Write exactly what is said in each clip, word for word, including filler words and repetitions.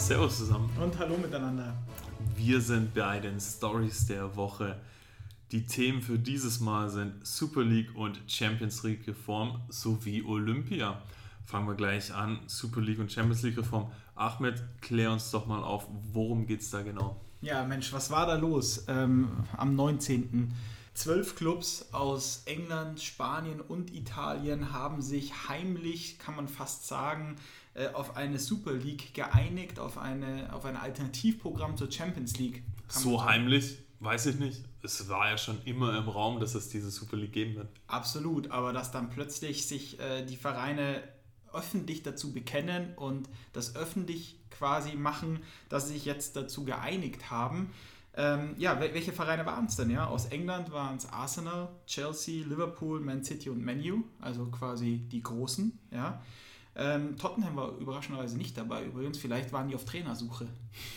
Servus zusammen. Und hallo miteinander. Wir sind bei den Stories der Woche. Die Themen für dieses Mal sind Super League und Champions League Reform sowie Olympia. Fangen wir gleich an. Super League und Champions League Reform. Ahmed, klär uns doch mal auf, worum geht es da genau? Ja, Mensch, was war da los ähm, am neunzehnten? Zwölf Clubs aus England, Spanien und Italien haben sich heimlich, kann man fast sagen, äh, auf eine Super League geeinigt, auf, eine, auf ein Alternativprogramm zur Champions League. So heimlich? Weiß ich nicht. Es war ja schon immer im Raum, dass es diese Super League geben wird. Absolut, aber dass dann plötzlich sich äh, die Vereine öffentlich dazu bekennen und das öffentlich quasi machen, dass sie sich jetzt dazu geeinigt haben. Ähm, ja, welche Vereine waren es denn? Ja? Aus England waren es Arsenal, Chelsea, Liverpool, Man City und Man U, also quasi die Großen. Ja? Ähm, Tottenham war überraschenderweise nicht dabei. Übrigens, vielleicht waren die auf Trainersuche.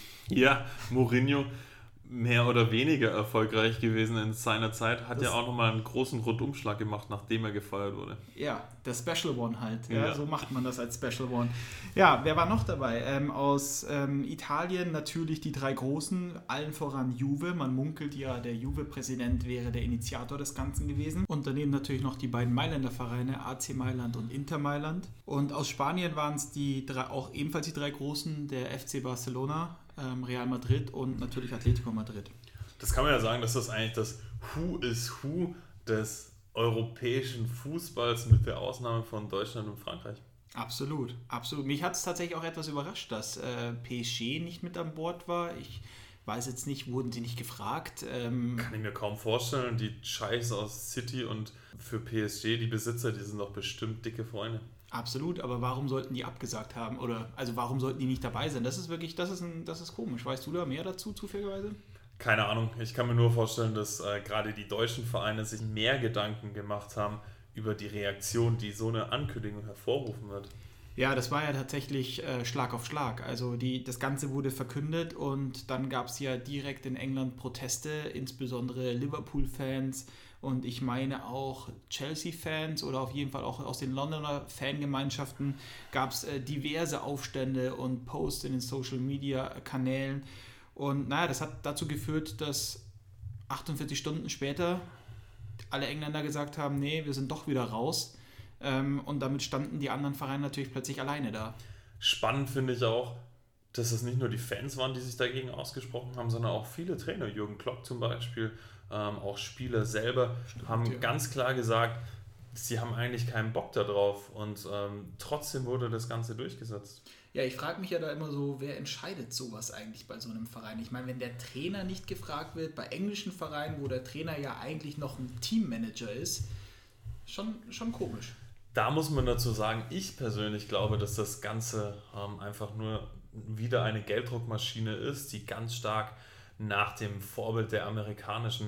Ja, Mourinho, mehr oder weniger erfolgreich gewesen in seiner Zeit, hat das ja auch nochmal einen großen Rundumschlag gemacht, nachdem er gefeuert wurde. Ja, der Special One halt. Ja, ja. So macht man das als Special One. Ja, wer war noch dabei? Ähm, aus ähm, Italien natürlich die drei Großen, allen voran Juve. Man munkelt ja, der Juve-Präsident wäre der Initiator des Ganzen gewesen. Und daneben natürlich noch die beiden Mailänder Vereine, A C Mailand und Inter Mailand. Und aus Spanien waren es die drei, auch ebenfalls die drei Großen, der F C Barcelona, Real Madrid und natürlich Atletico Madrid. Das kann man ja sagen, dass das eigentlich das Who is Who des europäischen Fußballs mit der Ausnahme von Deutschland und Frankreich. Absolut, absolut. Mich hat es tatsächlich auch etwas überrascht, dass äh, P S G nicht mit an Bord war. Ich weiß jetzt nicht, wurden sie nicht gefragt? Ähm kann ich mir kaum vorstellen. Die Scheiß aus City und für P S G, die Besitzer, die sind doch bestimmt dicke Freunde. Absolut, aber warum sollten die abgesagt haben? Oder also warum sollten die nicht dabei sein? Das ist wirklich, das ist ein, das ist komisch. Weißt du da mehr dazu zufälligerweise? Keine Ahnung. Ich kann mir nur vorstellen, dass äh, gerade die deutschen Vereine sich mehr Gedanken gemacht haben über die Reaktion, die so eine Ankündigung hervorrufen wird. Ja, das war ja tatsächlich äh, Schlag auf Schlag. Also die, das Ganze wurde verkündet und dann gab es ja direkt in England Proteste, insbesondere Liverpool-Fans und ich meine auch Chelsea-Fans oder auf jeden Fall auch aus den Londoner Fangemeinschaften gab es äh, diverse Aufstände und Posts in den Social-Media-Kanälen. Und naja, das hat dazu geführt, dass achtundvierzig Stunden später alle Engländer gesagt haben, nee, wir sind doch wieder raus. Ähm, und damit standen die anderen Vereine natürlich plötzlich alleine da. Spannend finde ich auch, dass es nicht nur die Fans waren, die sich dagegen ausgesprochen haben, sondern auch viele Trainer, Jürgen Klopp zum Beispiel, ähm, auch Spieler selber, Stimmt, haben ja. ganz klar gesagt, sie haben eigentlich keinen Bock darauf und ähm, trotzdem wurde das Ganze durchgesetzt. Ja, ich frage mich ja da immer so, wer entscheidet sowas eigentlich bei so einem Verein? Ich meine, wenn der Trainer nicht gefragt wird, bei englischen Vereinen, wo der Trainer ja eigentlich noch ein Teammanager ist, schon, schon komisch. Da muss man dazu sagen, ich persönlich glaube, dass das Ganze ähm, einfach nur wieder eine Gelddruckmaschine ist, die ganz stark nach dem Vorbild der amerikanischen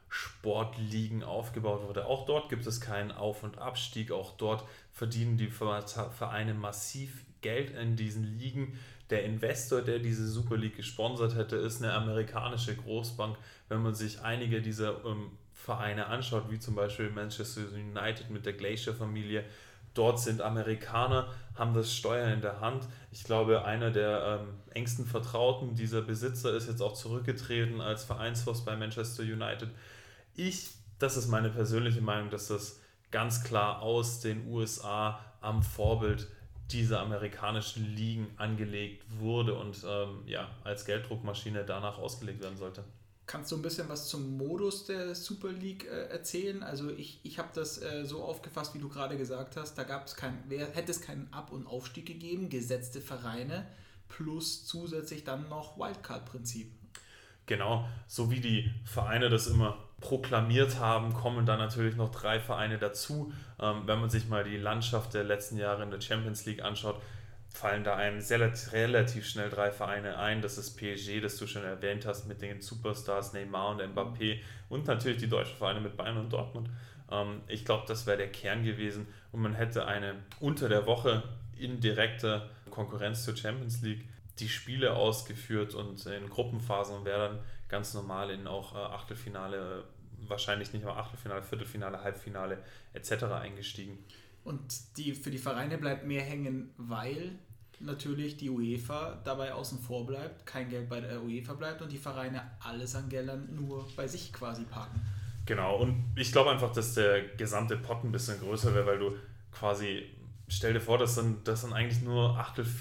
Sportligen aufgebaut wurde. Auch dort gibt es keinen Auf- und Abstieg, auch dort verdienen die Vereine massiv Geld in diesen Ligen. Der Investor, der diese Super League gesponsert hätte, ist eine amerikanische Großbank. Wenn man sich einige dieser ähm, Vereine anschaut, wie zum Beispiel Manchester United mit der Glacier-Familie, dort sind Amerikaner, haben das Steuer in der Hand. Ich glaube, einer der ähm, engsten Vertrauten dieser Besitzer ist jetzt auch zurückgetreten als Vereinsboss bei Manchester United. Ich, das ist meine persönliche Meinung, dass das ganz klar aus den U S A am Vorbild dieser amerikanischen Ligen angelegt wurde und ähm, ja, als Gelddruckmaschine danach ausgelegt werden sollte. Kannst du ein bisschen was zum Modus der Super League äh, erzählen? Also ich, ich habe das äh, so aufgefasst, wie du gerade gesagt hast. Da gab es kein, hätte es keinen Ab- und Aufstieg gegeben, gesetzte Vereine plus zusätzlich dann noch Wildcard-Prinzip. Genau, so wie die Vereine das immer proklamiert haben, kommen dann natürlich noch drei Vereine dazu. Ähm, wenn man sich mal die Landschaft der letzten Jahre in der Champions League anschaut, fallen da einem sehr, relativ schnell drei Vereine ein. Das ist P S G, das du schon erwähnt hast, mit den Superstars Neymar und Mbappé und natürlich die deutschen Vereine mit Bayern und Dortmund. Ähm, ich glaube, das wäre der Kern gewesen und man hätte eine unter der Woche indirekte Konkurrenz zur Champions League, die Spiele ausgeführt und in Gruppenphasen und wäre dann ganz normal in auch Achtelfinale, wahrscheinlich nicht mal Achtelfinale, Viertelfinale, Halbfinale et cetera eingestiegen. Und die, für die Vereine bleibt mehr hängen, weil natürlich die UEFA dabei außen vor bleibt, kein Geld bei der UEFA bleibt und die Vereine alles an Geldern nur bei sich quasi parken. Genau, und ich glaube einfach, dass der gesamte Pot ein bisschen größer wäre, weil du quasi, stell dir vor, das sind, das sind eigentlich nur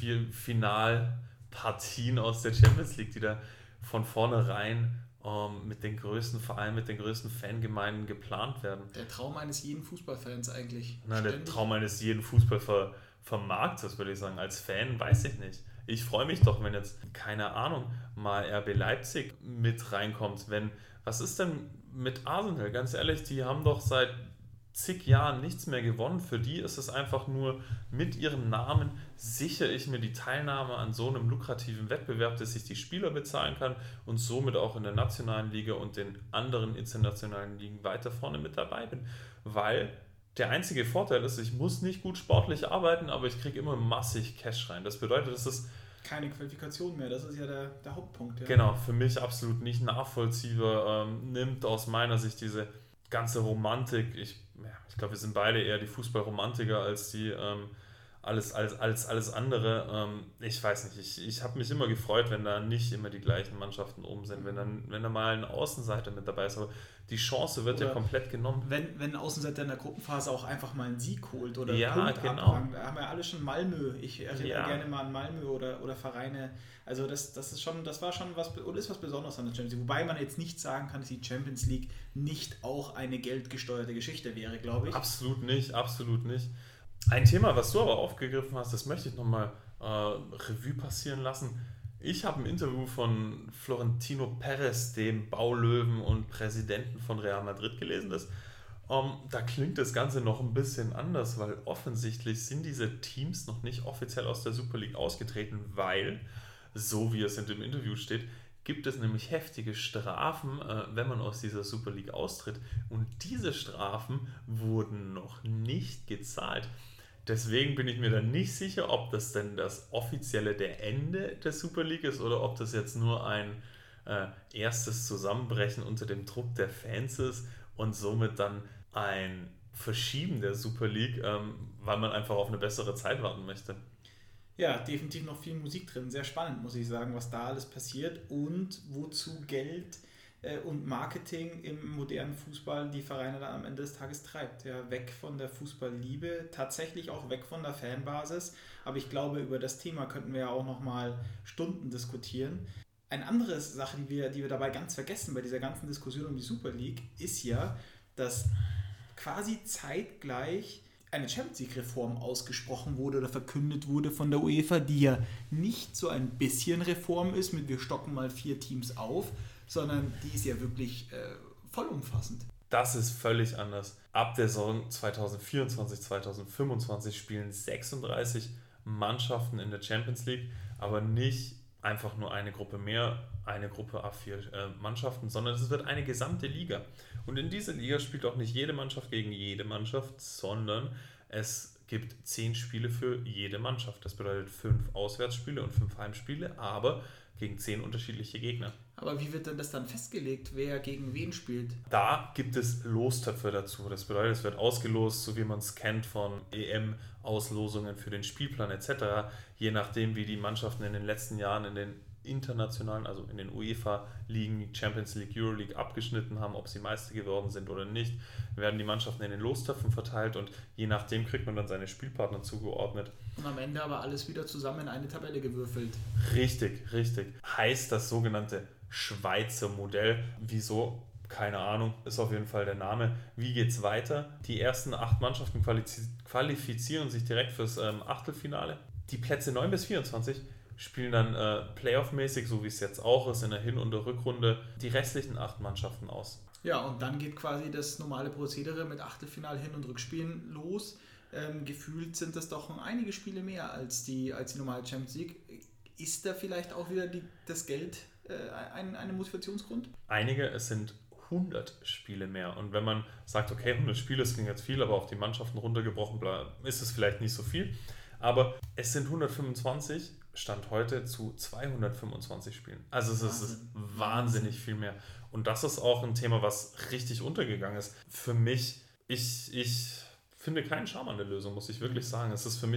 Achtelfinalpartien aus der Champions League, die da von vornherein ähm, mit den größten Vereinen, mit den größten Fangemeinden geplant werden. Der Traum eines jeden Fußballfans eigentlich. Na, der Traum eines jeden Fußballvermarkters, würde ich sagen. Als Fan weiß ich nicht. Ich freue mich doch, wenn jetzt, keine Ahnung, mal R B Leipzig mit reinkommt. Wenn, was ist denn mit Arsenal? Ganz ehrlich, die haben doch seit zig Jahren nichts mehr gewonnen. Für die ist es einfach nur, mit ihrem Namen sichere ich mir die Teilnahme an so einem lukrativen Wettbewerb, dass ich die Spieler bezahlen kann und somit auch in der nationalen Liga und den anderen internationalen Ligen weiter vorne mit dabei bin. Weil der einzige Vorteil ist, ich muss nicht gut sportlich arbeiten, aber ich kriege immer massig Cash rein. Das bedeutet, es ist keine Qualifikation mehr, das ist ja der, der Hauptpunkt. Ja. Genau, für mich absolut nicht nachvollziehbar, ähm, nimmt aus meiner Sicht diese ganze Romantik, ich, ja, ich glaube, wir sind beide eher die Fußballromantiker als die ähm, alles, alles, alles, alles andere. Ähm, ich weiß nicht, ich, ich habe mich immer gefreut, wenn da nicht immer die gleichen Mannschaften oben sind, wenn, dann, wenn da mal ein Außenseiter mit dabei ist, aber die Chance wird oder ja komplett genommen. Wenn, wenn ein Außenseiter in der Gruppenphase auch einfach mal einen Sieg holt oder ja, Punkt genau. abfangen. Da haben wir alle schon Malmö. Ich erinnere ja. gerne mal an Malmö oder, oder Vereine. Also das, das ist schon, das war schon was oder ist was Besonderes an der Champions League. Wobei man jetzt nicht sagen kann, dass die Champions League nicht auch eine geldgesteuerte Geschichte wäre, glaube ich. Absolut nicht, absolut nicht. Ein Thema, was du aber aufgegriffen hast, das möchte ich nochmal äh, Revue passieren lassen. Ich habe ein Interview von Florentino Perez, dem Baulöwen und Präsidenten von Real Madrid, gelesen. Das, ähm, da klingt das Ganze noch ein bisschen anders, weil offensichtlich sind diese Teams noch nicht offiziell aus der Super League ausgetreten, weil, so wie es in dem Interview steht, gibt es nämlich heftige Strafen, äh, wenn man aus dieser Super League austritt. Und diese Strafen wurden noch nicht gezahlt. Deswegen bin ich mir dann nicht sicher, ob das denn das offizielle der Ende der Super League ist oder ob das jetzt nur ein äh, erstes Zusammenbrechen unter dem Druck der Fans ist und somit dann ein Verschieben der Super League, ähm, weil man einfach auf eine bessere Zeit warten möchte. Ja, definitiv noch viel Musik drin. Sehr spannend, muss ich sagen, was da alles passiert und wozu Geld und Marketing im modernen Fußball die Vereine dann am Ende des Tages treibt. Ja, weg von der Fußballliebe, tatsächlich auch weg von der Fanbasis. Aber ich glaube, über das Thema könnten wir ja auch noch mal Stunden diskutieren. Eine andere Sache, die wir, die wir dabei ganz vergessen bei dieser ganzen Diskussion um die Super League, ist ja, dass quasi zeitgleich eine Champions League-Reform ausgesprochen wurde oder verkündet wurde von der UEFA, die ja nicht so ein bisschen Reform ist, mit wir stocken mal vier Teams auf, sondern die ist ja wirklich äh, vollumfassend. Das ist völlig anders. Ab der Saison zwanzig vierundzwanzig zwanzig fünfundzwanzig spielen sechsunddreißig Mannschaften in der Champions League, aber nicht einfach nur eine Gruppe mehr, eine Gruppe A vier äh, Mannschaften, sondern es wird eine gesamte Liga. Und in dieser Liga spielt auch nicht jede Mannschaft gegen jede Mannschaft, sondern es gibt zehn Spiele für jede Mannschaft. Das bedeutet fünf Auswärtsspiele und fünf Heimspiele, aber gegen zehn unterschiedliche Gegner. Aber wie wird denn das dann festgelegt, wer gegen wen spielt? Da gibt es Lostöpfe dazu. Das bedeutet, es wird ausgelost, so wie man es kennt von E M-Auslosungen für den Spielplan et cetera. Je nachdem, wie die Mannschaften in den letzten Jahren in den internationalen, also in den UEFA-Ligen, Champions League, Euroleague abgeschnitten haben, ob sie Meister geworden sind oder nicht, werden die Mannschaften in den Lostöpfen verteilt und je nachdem kriegt man dann seine Spielpartner zugeordnet. Und am Ende aber alles wieder zusammen in eine Tabelle gewürfelt. Richtig, richtig. Heißt das sogenannte Schweizer Modell. Wieso? Keine Ahnung, ist auf jeden Fall der Name. Wie geht's weiter? Die ersten acht Mannschaften qualifizieren sich direkt fürs ähm, Achtelfinale. Die Plätze neun bis vierundzwanzig spielen dann äh, Playoff-mäßig, so wie es jetzt auch ist, in der Hin- und der Rückrunde, die restlichen acht Mannschaften aus. Ja, und dann geht quasi das normale Prozedere mit Achtelfinal, Hin- und Rückspielen los. Ähm, gefühlt sind das doch einige Spiele mehr als die, als die normale Champions League. Ist da vielleicht auch wieder die, das Geld äh, ein, ein Motivationsgrund? Einige, es sind hundert Spiele mehr. Und wenn man sagt, okay, hundert Spiele, das klingt jetzt viel, aber auf die Mannschaften runtergebrochen, ist es vielleicht nicht so viel. Aber es sind hundertfünfundzwanzig, Stand heute, zu zweihundertfünfundzwanzig Spielen. Also es Wahnsinn. ist wahnsinnig viel mehr. Und das ist auch ein Thema, was richtig untergegangen ist. Für mich, ich, ich finde keinen Charme an der Lösung, muss ich wirklich sagen. Es ist für mich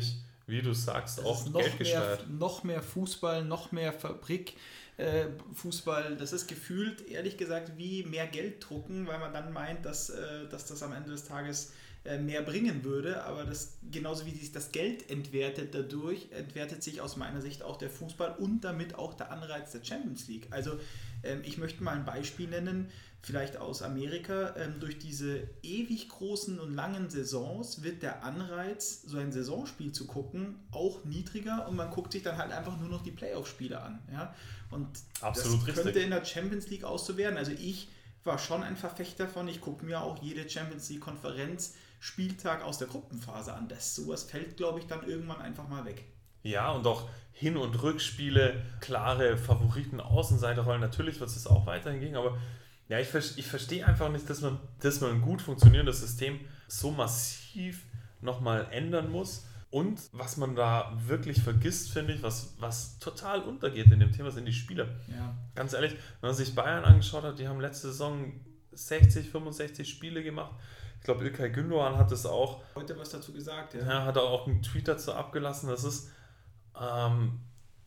wie du sagst, das auch noch Geld gesteuert. Mehr, noch mehr Fußball, noch mehr Fabrik. Äh, Fußball, das ist gefühlt, ehrlich gesagt, wie mehr Geld drucken, weil man dann meint, dass, äh, dass das am Ende des Tages äh, mehr bringen würde, aber das, genauso wie sich das Geld entwertet dadurch, entwertet sich aus meiner Sicht auch der Fußball und damit auch der Anreiz der Champions League. Also ähm, ich möchte mal ein Beispiel nennen, vielleicht aus Amerika. Ähm, durch diese ewig großen und langen Saisons wird der Anreiz, so ein Saisonspiel zu gucken, auch niedriger und man guckt sich dann halt einfach nur noch die Playoff-Spiele an. Ja? Und Absolut das könnte richtig. in der Champions League auch so werden. Also ich war schon ein Verfechter davon, ich gucke mir auch jede Champions League-Konferenz Spieltag aus der Gruppenphase an. Das sowas fällt, glaube ich, dann irgendwann einfach mal weg. Ja, und auch Hin- und Rückspiele, klare Favoriten, Außenseiterrollen, natürlich wird es auch weiterhin gehen, aber ja, ich, ich verstehe einfach nicht, dass man, dass man ein gut funktionierendes System so massiv nochmal ändern muss. Und was man da wirklich vergisst, finde ich, was, was total untergeht in dem Thema, sind die Spieler. Ja. Ganz ehrlich, wenn man sich Bayern angeschaut hat, die haben letzte Saison sechzig, fünfundsechzig Spiele gemacht. Ich glaube, İlkay Gündoğan hat es auch. Heute was dazu gesagt, ja. Ja, hat er auch einen Tweet dazu abgelassen. Das ist, ähm,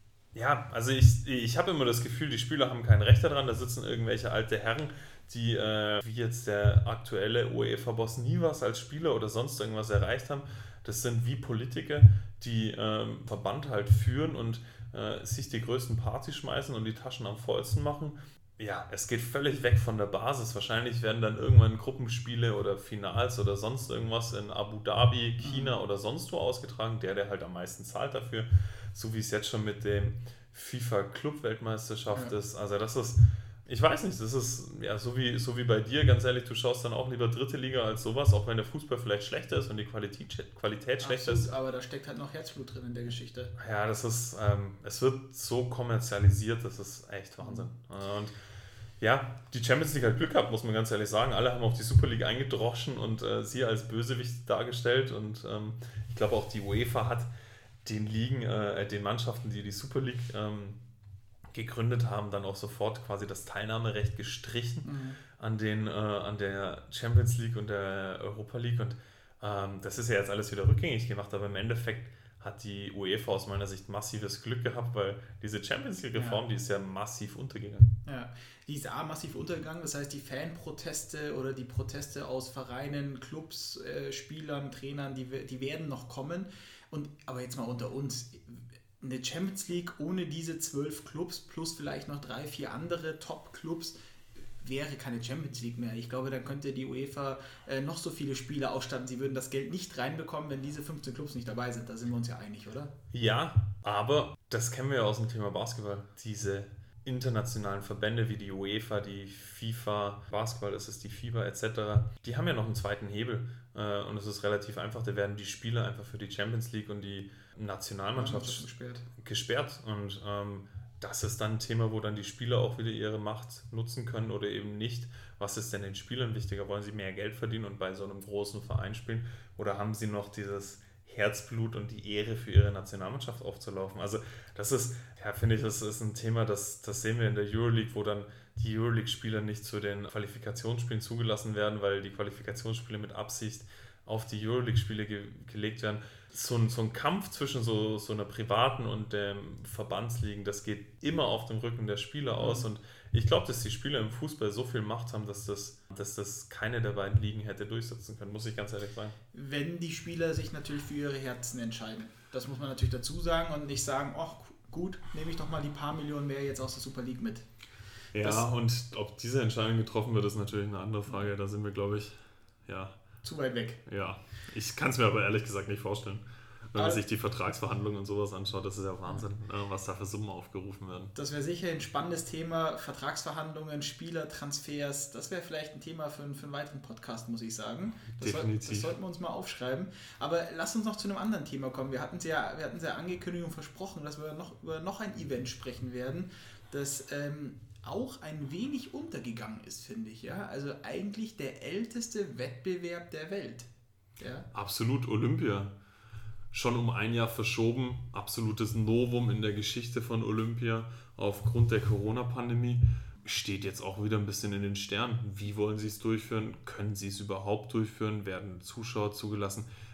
ja, also ich, ich habe immer das Gefühl, die Spieler haben kein Recht daran. Da sitzen irgendwelche alte Herren, die, äh, wie jetzt der aktuelle UEFA-Boss, nie was als Spieler oder sonst irgendwas erreicht haben. Das sind wie Politiker, die ähm, Verband halt führen und äh, sich die größten Partys schmeißen und die Taschen am vollsten machen. Ja, es geht völlig weg von der Basis. Wahrscheinlich werden dann irgendwann Gruppenspiele oder Finals oder sonst irgendwas in Abu Dhabi, China mhm. oder sonst wo ausgetragen. Der, der halt am meisten zahlt dafür. So wie es jetzt schon mit dem FIFA-Club-Weltmeisterschaft ja. ist. Also das ist, ich weiß nicht, das ist ja so wie, so wie bei dir, ganz ehrlich, du schaust dann auch lieber dritte Liga als sowas, auch wenn der Fußball vielleicht schlechter ist und die Qualität, Qualität schlechter Absolut, ist. Aber da steckt halt noch Herzblut drin in der Geschichte. Ja, das ist, ähm, es wird so kommerzialisiert, das ist echt Wahnsinn. Mhm. Und ja, die Champions League hat Glück gehabt, muss man ganz ehrlich sagen. Alle haben auf die Super League eingedroschen und äh, sie als Bösewicht dargestellt. Und ähm, ich glaube auch die UEFA hat den Ligen, äh, den Mannschaften, die die Super League ähm, gegründet haben, dann auch sofort quasi das Teilnahmerecht gestrichen mhm. an, den, äh, an der Champions League und der Europa League. Und ähm, das ist ja jetzt alles wieder rückgängig gemacht, aber im Endeffekt hat die UEFA aus meiner Sicht massives Glück gehabt, weil diese Champions League-Reform, ja. die ist ja massiv untergegangen. Ja, die ist A, massiv untergegangen, das heißt die Fanproteste oder die Proteste aus Vereinen, Clubs, äh, Spielern, Trainern, die, die werden noch kommen. Und, aber jetzt mal unter uns, eine Champions League ohne diese zwölf Clubs plus vielleicht noch drei, vier andere Top-Clubs wäre keine Champions League mehr. Ich glaube, dann könnte die UEFA äh, noch so viele Spiele ausstatten. Sie würden das Geld nicht reinbekommen, wenn diese fünfzehn Clubs nicht dabei sind. Da sind wir uns ja einig, oder? Ja, aber das kennen wir ja aus dem Thema Basketball. Diese internationalen Verbände wie die UEFA, die FIFA, Basketball ist es, die FIBA et cetera, die haben ja noch einen zweiten Hebel. Äh, und es ist relativ einfach. Da werden die Spieler einfach für die Champions League und die Nationalmannschaft ja, gesperrt. gesperrt. Und ähm, das ist dann ein Thema, wo dann die Spieler auch wieder ihre Macht nutzen können oder eben nicht. Was ist denn den Spielern wichtiger? Wollen sie mehr Geld verdienen und bei so einem großen Verein spielen? Oder haben sie noch dieses Herzblut und die Ehre für ihre Nationalmannschaft aufzulaufen? Also das ist, ja, finde ich, das ist ein Thema, das, das sehen wir in der Euroleague, wo dann die Euroleague-Spieler nicht zu den Qualifikationsspielen zugelassen werden, weil die Qualifikationsspiele mit Absicht auf die Euroleague-Spiele ge- gelegt werden. So ein, so ein Kampf zwischen so, so einer privaten und dem Verbandsligen, das geht immer auf dem Rücken der Spieler aus. Und ich glaube, dass die Spieler im Fußball so viel Macht haben, dass das, dass das keine der beiden Ligen hätte durchsetzen können, muss ich ganz ehrlich sagen. Wenn die Spieler sich natürlich für ihre Herzen entscheiden. Das muss man natürlich dazu sagen und nicht sagen, ach gut, nehme ich doch mal die paar Millionen mehr jetzt aus der Super League mit. Ja, das, und ob diese Entscheidung getroffen wird, ist natürlich eine andere Frage. Da sind wir, glaube ich, ja... zu weit weg. Ja, ich kann es mir aber ehrlich gesagt nicht vorstellen. Wenn man sich die Vertragsverhandlungen und sowas anschaut, das ist ja Wahnsinn, was da für Summen aufgerufen werden. Das wäre sicher ein spannendes Thema, Vertragsverhandlungen, Spieler, Transfers. Das wäre vielleicht ein Thema für, für einen weiteren Podcast, muss ich sagen. Das Definitiv. Soll, das sollten wir uns mal aufschreiben. Aber lass uns noch zu einem anderen Thema kommen. Wir hatten es ja, wir hatten es ja angekündigt und versprochen, dass wir noch über noch ein Event sprechen werden, das ähm, auch ein wenig untergegangen ist, finde ich. Ja? Also eigentlich der älteste Wettbewerb der Welt. Ja? Absolut, Olympia. Schon um ein Jahr verschoben, absolutes Novum in der Geschichte von Olympia aufgrund der Corona-Pandemie. Steht jetzt auch wieder ein bisschen in den Sternen. Wie wollen sie es durchführen? Können sie es überhaupt durchführen? Werden Zuschauer zugelassen?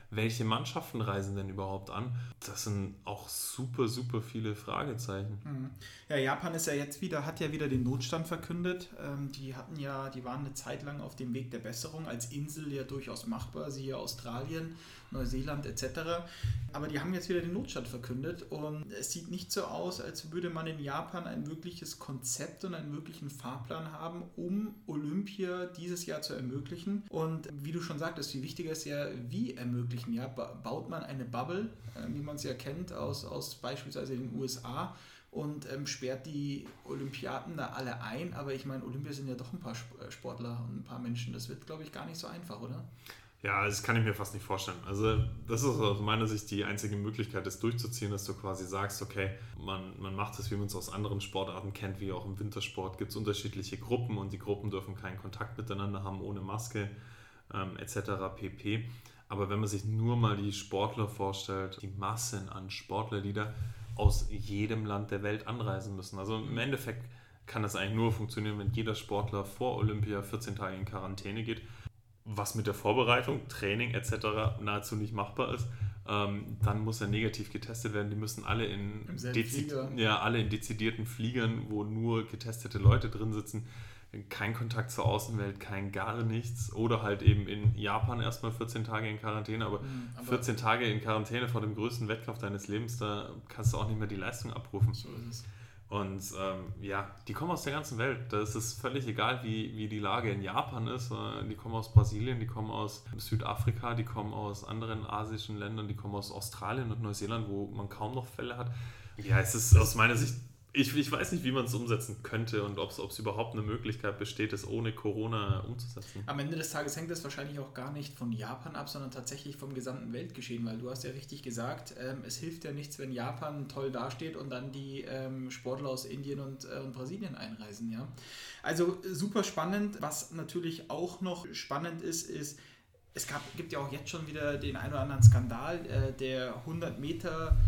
welche Mannschaften reisen denn überhaupt an? Das sind auch super, super viele Fragezeichen. Mhm. Ja, Japan ist ja jetzt wieder, hat ja wieder den Notstand verkündet. Ähm, die hatten ja, die waren eine Zeit lang auf dem Weg der Besserung, als Insel ja durchaus machbar, siehe Australien, Neuseeland et cetera. Aber die haben jetzt wieder den Notstand verkündet und es sieht nicht so aus, als würde man in Japan ein wirkliches Konzept und einen wirklichen Fahrplan haben, um Olympia dieses Jahr zu ermöglichen. Und wie du schon sagtest, viel wichtiger ist ja, wie ermöglichen. Ja? Baut man eine Bubble, äh, wie man es ja kennt, aus, aus beispielsweise den U S A und ähm, sperrt die Olympiaden da alle ein. Aber ich meine, Olympia sind ja doch ein paar Sportler und ein paar Menschen. Das wird, glaube ich, gar nicht so einfach, oder? Ja, das kann ich mir fast nicht vorstellen. Also das ist aus meiner Sicht die einzige Möglichkeit, das durchzuziehen, dass du quasi sagst, okay, man, man macht es, wie man es aus anderen Sportarten kennt, wie auch im Wintersport gibt es unterschiedliche Gruppen und die Gruppen dürfen keinen Kontakt miteinander haben, ohne Maske ähm, et cetera pp. Aber wenn man sich nur mal die Sportler vorstellt, die Massen an Sportler, die da aus jedem Land der Welt anreisen müssen. Also im Endeffekt kann das eigentlich nur funktionieren, wenn jeder Sportler vor Olympia vierzehn Tage in Quarantäne geht, was mit der Vorbereitung, Training et cetera nahezu nicht machbar ist. Ähm, dann muss er negativ getestet werden. Die müssen alle in, dezi- ja, alle in dezidierten Fliegern, wo nur getestete Leute drin sitzen. Kein Kontakt zur Außenwelt, kein gar nichts. Oder halt eben in Japan erstmal vierzehn Tage in Quarantäne. Aber, mhm, aber vierzehn Tage in Quarantäne vor dem größten Wettkampf deines Lebens, da kannst du auch nicht mehr die Leistung abrufen. So ist es. Und ähm, ja, die kommen aus der ganzen Welt. Da ist es völlig egal, wie, wie die Lage in Japan ist. Die kommen aus Brasilien, die kommen aus Südafrika, die kommen aus anderen asischen Ländern, die kommen aus Australien und Neuseeland, wo man kaum noch Fälle hat. Ja, es ist aus meiner Sicht, ich, ich weiß nicht, wie man es umsetzen könnte und ob es überhaupt eine Möglichkeit besteht, es ohne Corona umzusetzen. Am Ende des Tages hängt das wahrscheinlich auch gar nicht von Japan ab, sondern tatsächlich vom gesamten Weltgeschehen, weil du hast ja richtig gesagt, ähm, es hilft ja nichts, wenn Japan toll dasteht und dann die ähm, Sportler aus Indien und, äh, und Brasilien einreisen. Ja? Also super spannend. Was natürlich auch noch spannend ist, ist, es gab, gibt ja auch jetzt schon wieder den einen oder anderen Skandal, äh, der hundert Meter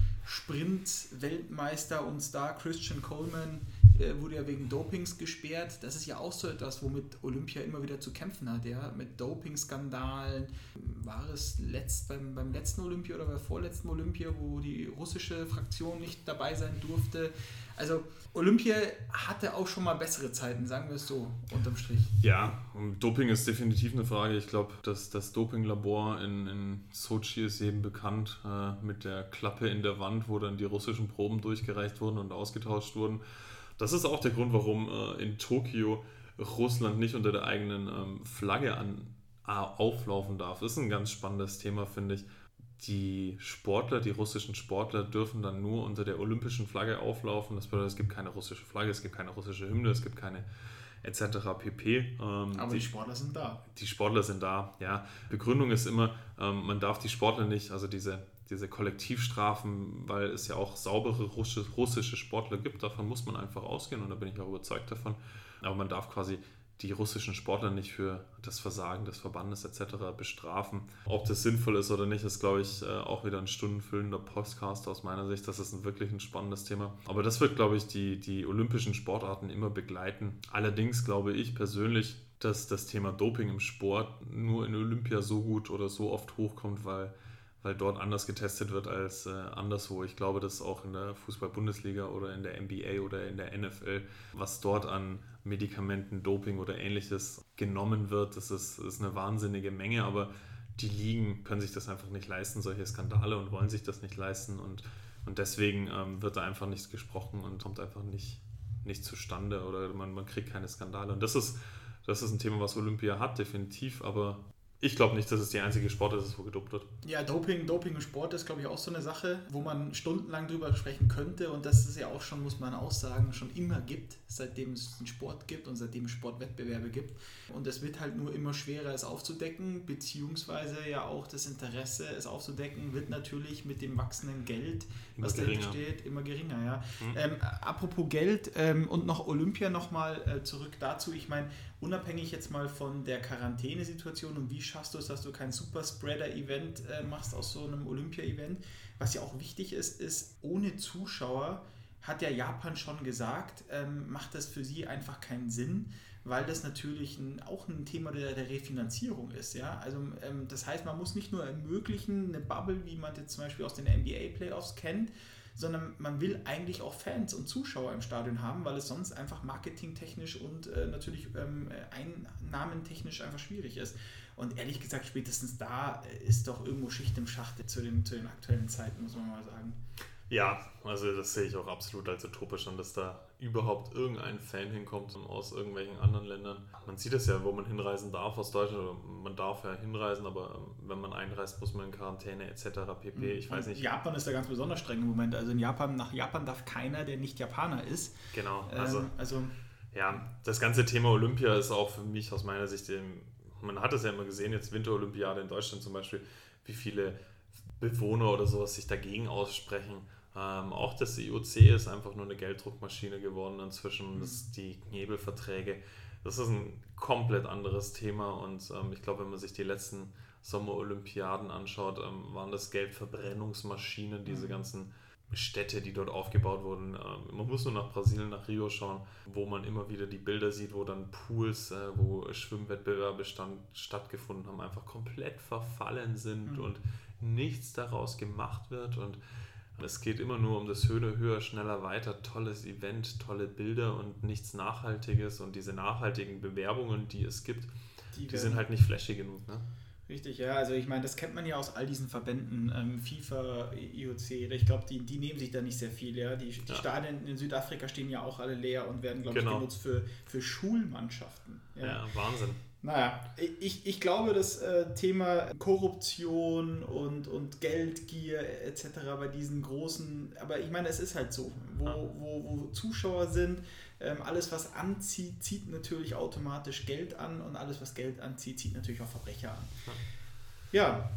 Sprint-Weltmeister und Star Christian Coleman äh, wurde ja wegen Dopings gesperrt. Das ist ja auch so etwas, womit Olympia immer wieder zu kämpfen hat, ja, mit Doping-Skandalen. War es letzt, beim, beim letzten Olympia oder beim vorletzten Olympia, wo die russische Fraktion nicht dabei sein durfte? Also Olympia hatte auch schon mal bessere Zeiten, sagen wir es so, unterm Strich. Ja, und Doping ist definitiv eine Frage. Ich glaube, dass das Dopinglabor in, in Sochi ist eben bekannt äh, mit der Klappe in der Wand, wo dann die russischen Proben durchgereicht wurden und ausgetauscht wurden. Das ist auch der Grund, warum äh, in Tokio Russland nicht unter der eigenen ähm, Flagge an, äh, auflaufen darf. Das ist ein ganz spannendes Thema, finde ich. Die Sportler, die russischen Sportler dürfen dann nur unter der olympischen Flagge auflaufen. Das bedeutet, es gibt keine russische Flagge, es gibt keine russische Hymne, es gibt keine et cetera pp. Ähm, Aber die, die Sportler sind da. Die Sportler sind da, ja. Begründung ist immer, ähm, man darf die Sportler nicht, also diese, diese Kollektivstrafen, weil es ja auch saubere russische Sportler gibt, davon muss man einfach ausgehen und da bin ich auch überzeugt davon. Aber man darf quasi die russischen Sportler nicht für das Versagen des Verbandes et cetera bestrafen. Ob das sinnvoll ist oder nicht, ist, glaube ich, auch wieder ein stundenfüllender Podcast aus meiner Sicht. Das ist ein wirklich ein spannendes Thema. Aber das wird, glaube ich, die, die olympischen Sportarten immer begleiten. Allerdings glaube ich persönlich, dass das Thema Doping im Sport nur in Olympia so gut oder so oft hochkommt, weil weil dort anders getestet wird als äh, anderswo. Ich glaube, dass auch in der Fußball-Bundesliga oder in der N B A oder in der N F L, was dort an Medikamenten, Doping oder ähnliches genommen wird, das ist, ist eine wahnsinnige Menge, aber die Ligen können sich das einfach nicht leisten, solche Skandale, und wollen sich das nicht leisten und, und deswegen ähm, wird da einfach nichts gesprochen und kommt einfach nicht, nicht zustande oder man, man kriegt keine Skandale. Und das ist, das ist ein Thema, was Olympia hat, definitiv, aber ich glaube nicht, dass es die einzige Sportart ist, wo gedopt wird. Ja, Doping, Doping im Sport ist, glaube ich, auch so eine Sache, wo man stundenlang drüber sprechen könnte und das ist ja auch schon, muss man auch sagen, schon immer gibt, seitdem es einen Sport gibt und seitdem es Sportwettbewerbe gibt. Und es wird halt nur immer schwerer, es aufzudecken, beziehungsweise ja auch das Interesse, es aufzudecken, wird natürlich mit dem wachsenden Geld, immer was dahinter steht, immer geringer. Ja. Hm. Ähm, apropos Geld ähm, und noch Olympia nochmal äh, zurück dazu, ich meine, unabhängig jetzt mal von der Quarantänesituation und wie schaffst du es, dass du kein Superspreader-Event äh, machst aus so einem Olympia-Event. Was ja auch wichtig ist, ist, ohne Zuschauer hat ja Japan schon gesagt, ähm, macht das für sie einfach keinen Sinn, weil das natürlich ein, auch ein Thema der, der Refinanzierung ist. Ja? Also ähm, das heißt, man muss nicht nur ermöglichen, eine Bubble, wie man jetzt zum Beispiel aus den N B A-Playoffs kennt, sondern man will eigentlich auch Fans und Zuschauer im Stadion haben, weil es sonst einfach marketingtechnisch und äh, natürlich ähm, einnahmentechnisch einfach schwierig ist. Und ehrlich gesagt, spätestens da ist doch irgendwo Schicht im Schacht zu den, zu den aktuellen Zeiten, muss man mal sagen. Ja, also das sehe ich auch absolut als utopisch an, dass da überhaupt irgendein Fan hinkommt aus irgendwelchen anderen Ländern. Man sieht es ja, wo man hinreisen darf aus Deutschland. Man darf ja hinreisen, aber wenn man einreist, muss man in Quarantäne et cetera pp. Ich weiß nicht. Japan ist da ganz besonders streng im Moment. Also in Japan, nach Japan darf keiner, der nicht Japaner ist. Genau, also, ähm, also ja, das ganze Thema Olympia ist auch für mich aus meiner Sicht, man hat es ja immer gesehen, jetzt Winterolympiade in Deutschland zum Beispiel, wie viele Bewohner oder sowas sich dagegen aussprechen. Ähm, auch das I O C ist einfach nur eine Gelddruckmaschine geworden inzwischen. Mhm. Das, die Knebelverträge, das ist ein komplett anderes Thema und ähm, ich glaube, wenn man sich die letzten Sommerolympiaden anschaut, ähm, waren das Geldverbrennungsmaschinen, diese mhm. ganzen Städte, die dort aufgebaut wurden. Ähm, man muss nur nach Brasilien, nach Rio schauen, wo man immer wieder die Bilder sieht, wo dann Pools, äh, wo Schwimmwettbewerbe stand, stattgefunden haben, einfach komplett verfallen sind mhm. und nichts daraus gemacht wird und es geht immer nur um das Höher, höher, schneller, weiter, tolles Event, tolle Bilder und nichts Nachhaltiges und diese nachhaltigen Bewerbungen, die es gibt, die, die sind halt nicht flashy genug. Ne? Richtig, ja, also ich meine, das kennt man ja aus all diesen Verbänden, ähm, FIFA, I O C, ich glaube, die, die nehmen sich da nicht sehr viel, ja, die, die ja. Stadien in Südafrika stehen ja auch alle leer und werden, glaube genau. ich, genutzt für, für Schulmannschaften. Ja, ja Wahnsinn. Naja, ich, ich glaube, das äh, Thema Korruption und, und Geldgier et cetera bei diesen großen, aber ich meine, es ist halt so, wo, ja. wo, wo Zuschauer sind, ähm, alles was anzieht, zieht natürlich automatisch Geld an und alles was Geld anzieht, zieht natürlich auch Verbrecher an. Ja, ja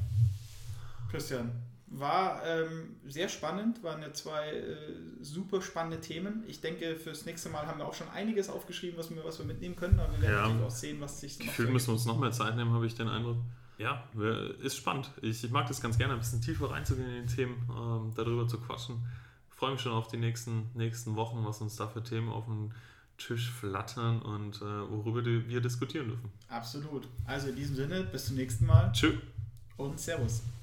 Christian, war ähm, sehr spannend, waren ja zwei äh, super spannende Themen. Ich denke, fürs nächste Mal haben wir auch schon einiges aufgeschrieben, was wir, was wir mitnehmen können, aber wir werden ja. natürlich auch sehen, was sich noch Gefühlt müssen wir uns noch mehr Zeit nehmen, habe ich den Eindruck. Ja, ist spannend. Ich, ich mag das ganz gerne, ein bisschen tiefer reinzugehen in die Themen, ähm, darüber zu quatschen. Ich freue mich schon auf die nächsten, nächsten Wochen, was uns da für Themen auf den Tisch flattern und äh, worüber wir diskutieren dürfen. Absolut. Also in diesem Sinne, bis zum nächsten Mal. Tschüss. Und Servus.